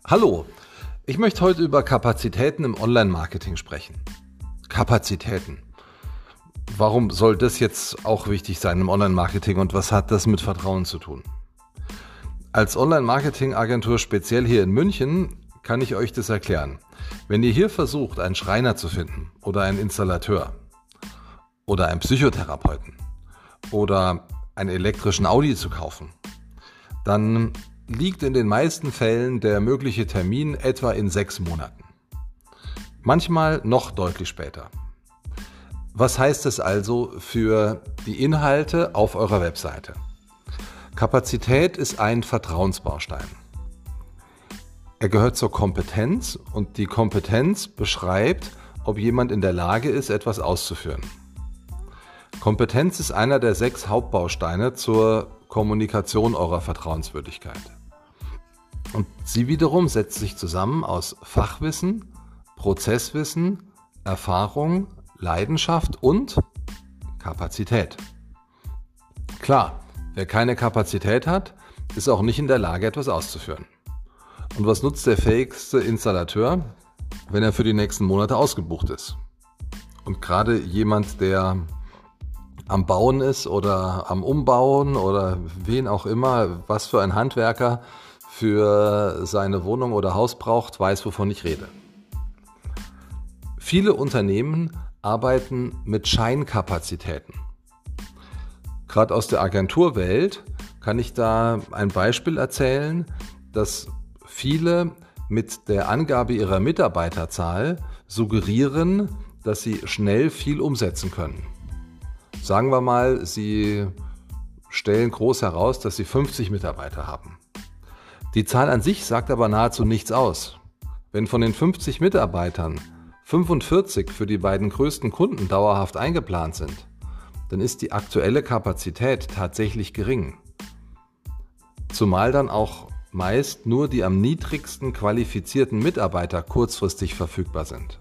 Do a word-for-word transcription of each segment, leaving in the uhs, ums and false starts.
Hallo, ich möchte heute über Kapazitäten im Online-Marketing sprechen. Kapazitäten. Warum soll das jetzt auch wichtig sein im Online-Marketing und was hat das mit Vertrauen zu tun? Als Online-Marketing-Agentur speziell hier in München kann ich euch das erklären. Wenn ihr hier versucht, einen Schreiner zu finden oder einen Installateur oder einen Psychotherapeuten oder einen elektrischen Audi zu kaufen, dann liegt in den meisten Fällen der mögliche Termin etwa in sechs Monaten. Manchmal noch deutlich später. Was heißt es also für die Inhalte auf eurer Webseite? Kapazität ist ein Vertrauensbaustein. Er gehört zur Kompetenz und die Kompetenz beschreibt, ob jemand in der Lage ist, etwas auszuführen. Kompetenz ist einer der sechs Hauptbausteine zur Kommunikation eurer Vertrauenswürdigkeit. Und sie wiederum setzt sich zusammen aus Fachwissen, Prozesswissen, Erfahrung, Leidenschaft und Kapazität. Klar, wer keine Kapazität hat, ist auch nicht in der Lage, etwas auszuführen. Und was nutzt der fähigste Installateur, wenn er für die nächsten Monate ausgebucht ist? Und gerade jemand, der am Bauen ist oder am Umbauen oder wen auch immer, was für ein Handwerker für seine Wohnung oder Haus braucht, weiß, wovon ich rede. Viele Unternehmen arbeiten mit Scheinkapazitäten. Gerade aus der Agenturwelt kann ich da ein Beispiel erzählen, dass viele mit der Angabe ihrer Mitarbeiterzahl suggerieren, dass sie schnell viel umsetzen können. Sagen wir mal, sie stellen groß heraus, dass sie fünfzig Mitarbeiter haben. Die Zahl an sich sagt aber nahezu nichts aus. Wenn von den fünfzig Mitarbeitern fünfundvierzig für die beiden größten Kunden dauerhaft eingeplant sind, dann ist die aktuelle Kapazität tatsächlich gering. Zumal dann auch meist nur die am niedrigsten qualifizierten Mitarbeiter kurzfristig verfügbar sind.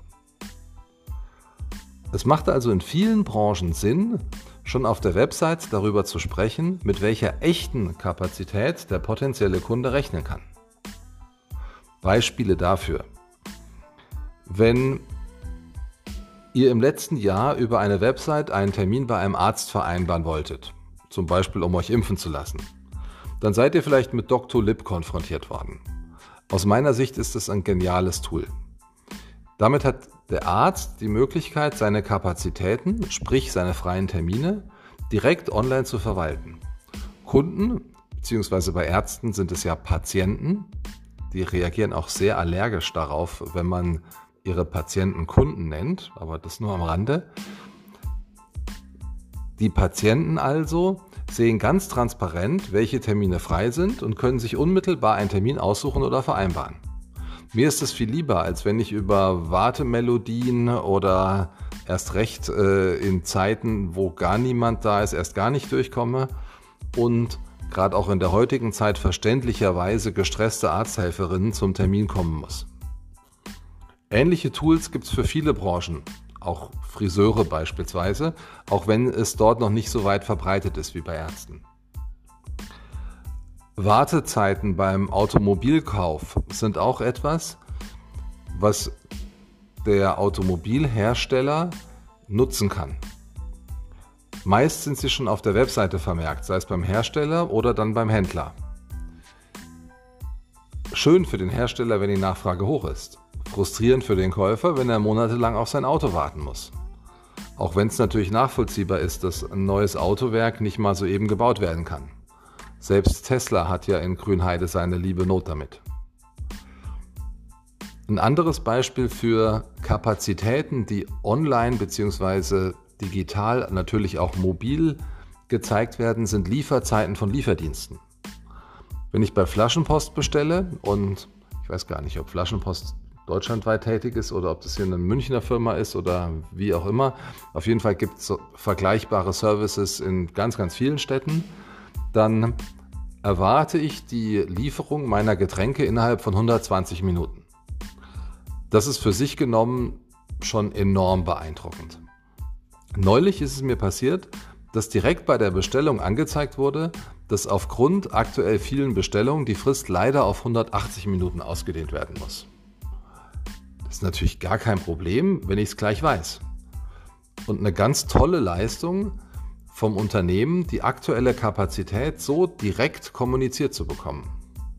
Es macht also in vielen Branchen Sinn, schon auf der Website darüber zu sprechen, mit welcher echten Kapazität der potenzielle Kunde rechnen kann. Beispiele dafür. Wenn ihr im letzten Jahr über eine Website einen Termin bei einem Arzt vereinbaren wolltet, zum Beispiel um euch impfen zu lassen, dann seid ihr vielleicht mit Doctolib konfrontiert worden. Aus meiner Sicht ist es ein geniales Tool. Damit hat der Arzt die Möglichkeit, seine Kapazitäten, sprich seine freien Termine, direkt online zu verwalten. Kunden, beziehungsweise bei Ärzten sind es ja Patienten, die reagieren auch sehr allergisch darauf, wenn man ihre Patienten Kunden nennt, aber das nur am Rande. Die Patienten also sehen ganz transparent, welche Termine frei sind und können sich unmittelbar einen Termin aussuchen oder vereinbaren. Mir ist es viel lieber, als wenn ich über Wartemelodien oder erst recht äh, in Zeiten, wo gar niemand da ist, erst gar nicht durchkomme und gerade auch in der heutigen Zeit verständlicherweise gestresste Arzthelferinnen zum Termin kommen muss. Ähnliche Tools gibt es für viele Branchen, auch Friseure beispielsweise, auch wenn es dort noch nicht so weit verbreitet ist wie bei Ärzten. Wartezeiten beim Automobilkauf sind auch etwas, was der Automobilhersteller nutzen kann. Meist sind sie schon auf der Webseite vermerkt, sei es beim Hersteller oder dann beim Händler. Schön für den Hersteller, wenn die Nachfrage hoch ist. Frustrierend für den Käufer, wenn er monatelang auf sein Auto warten muss. Auch wenn es natürlich nachvollziehbar ist, dass ein neues Autowerk nicht mal so eben gebaut werden kann. Selbst Tesla hat ja in Grünheide seine liebe Not damit. Ein anderes Beispiel für Kapazitäten, die online bzw. digital, natürlich auch mobil gezeigt werden, sind Lieferzeiten von Lieferdiensten. Wenn ich bei Flaschenpost bestelle, und ich weiß gar nicht, ob Flaschenpost deutschlandweit tätig ist oder ob das hier eine Münchner Firma ist oder wie auch immer, auf jeden Fall gibt es vergleichbare Services in ganz, ganz vielen Städten, dann erwarte ich die Lieferung meiner Getränke innerhalb von hundertzwanzig Minuten. Das ist für sich genommen schon enorm beeindruckend. Neulich ist es mir passiert, dass direkt bei der Bestellung angezeigt wurde, dass aufgrund aktuell vielen Bestellungen die Frist leider auf hundertachtzig Minuten ausgedehnt werden muss. Das ist natürlich gar kein Problem, wenn ich es gleich weiß. Und eine ganz tolle Leistung vom Unternehmen, die aktuelle Kapazität so direkt kommuniziert zu bekommen.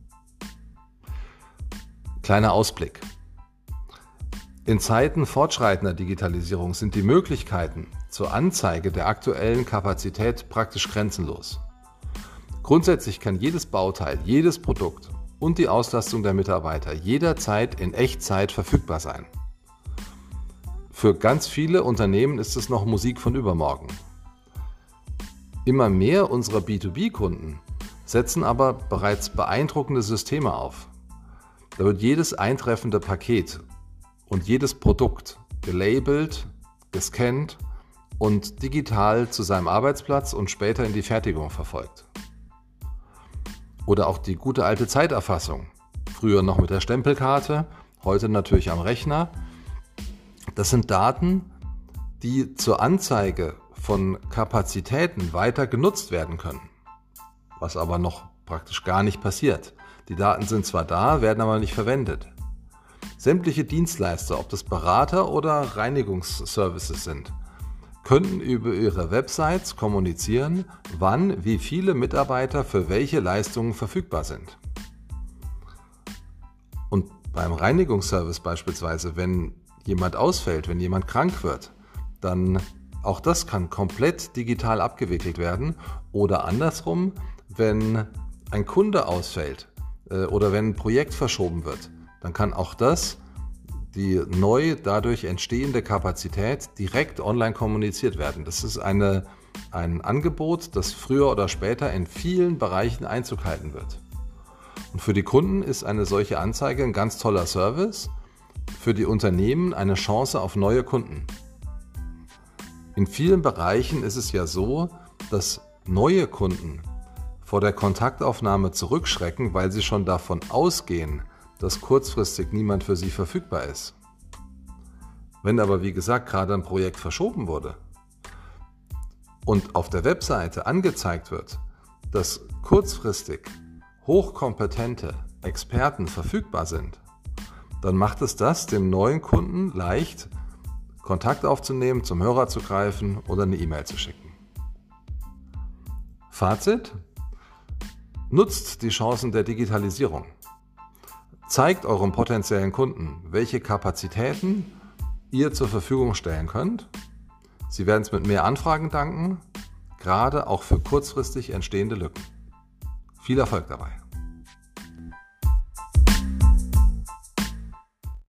Kleiner Ausblick. In Zeiten fortschreitender Digitalisierung sind die Möglichkeiten zur Anzeige der aktuellen Kapazität praktisch grenzenlos. Grundsätzlich kann jedes Bauteil, jedes Produkt und die Auslastung der Mitarbeiter jederzeit in Echtzeit verfügbar sein. Für ganz viele Unternehmen ist es noch Musik von übermorgen. Immer mehr unserer B zwei B-Kunden setzen aber bereits beeindruckende Systeme auf. Da wird jedes eintreffende Paket und jedes Produkt gelabelt, gescannt und digital zu seinem Arbeitsplatz und später in die Fertigung verfolgt. Oder auch die gute alte Zeiterfassung. Früher noch mit der Stempelkarte, heute natürlich am Rechner. Das sind Daten, die zur Anzeige von Kapazitäten weiter genutzt werden können. Was aber noch praktisch gar nicht passiert. Die Daten sind zwar da, werden aber nicht verwendet. Sämtliche Dienstleister, ob das Berater oder Reinigungsservices sind, könnten über ihre Websites kommunizieren, wann wie viele Mitarbeiter für welche Leistungen verfügbar sind. Und beim Reinigungsservice beispielsweise, wenn jemand ausfällt, wenn jemand krank wird, dann auch das kann komplett digital abgewickelt werden. Oder andersrum, wenn ein Kunde ausfällt äh, oder wenn ein Projekt verschoben wird, dann kann auch das, die neu dadurch entstehende Kapazität, direkt online kommuniziert werden. Das ist eine, ein Angebot, das früher oder später in vielen Bereichen Einzug halten wird. Und für die Kunden ist eine solche Anzeige ein ganz toller Service, für die Unternehmen eine Chance auf neue Kunden. In vielen Bereichen ist es ja so, dass neue Kunden vor der Kontaktaufnahme zurückschrecken, weil sie schon davon ausgehen, dass kurzfristig niemand für sie verfügbar ist. Wenn aber, wie gesagt, gerade ein Projekt verschoben wurde und auf der Webseite angezeigt wird, dass kurzfristig hochkompetente Experten verfügbar sind, dann macht es das dem neuen Kunden leicht, Kontakt aufzunehmen, zum Hörer zu greifen oder eine E-Mail zu schicken. Fazit: Nutzt die Chancen der Digitalisierung. Zeigt eurem potenziellen Kunden, welche Kapazitäten ihr zur Verfügung stellen könnt. Sie werden es mit mehr Anfragen danken, gerade auch für kurzfristig entstehende Lücken. Viel Erfolg dabei!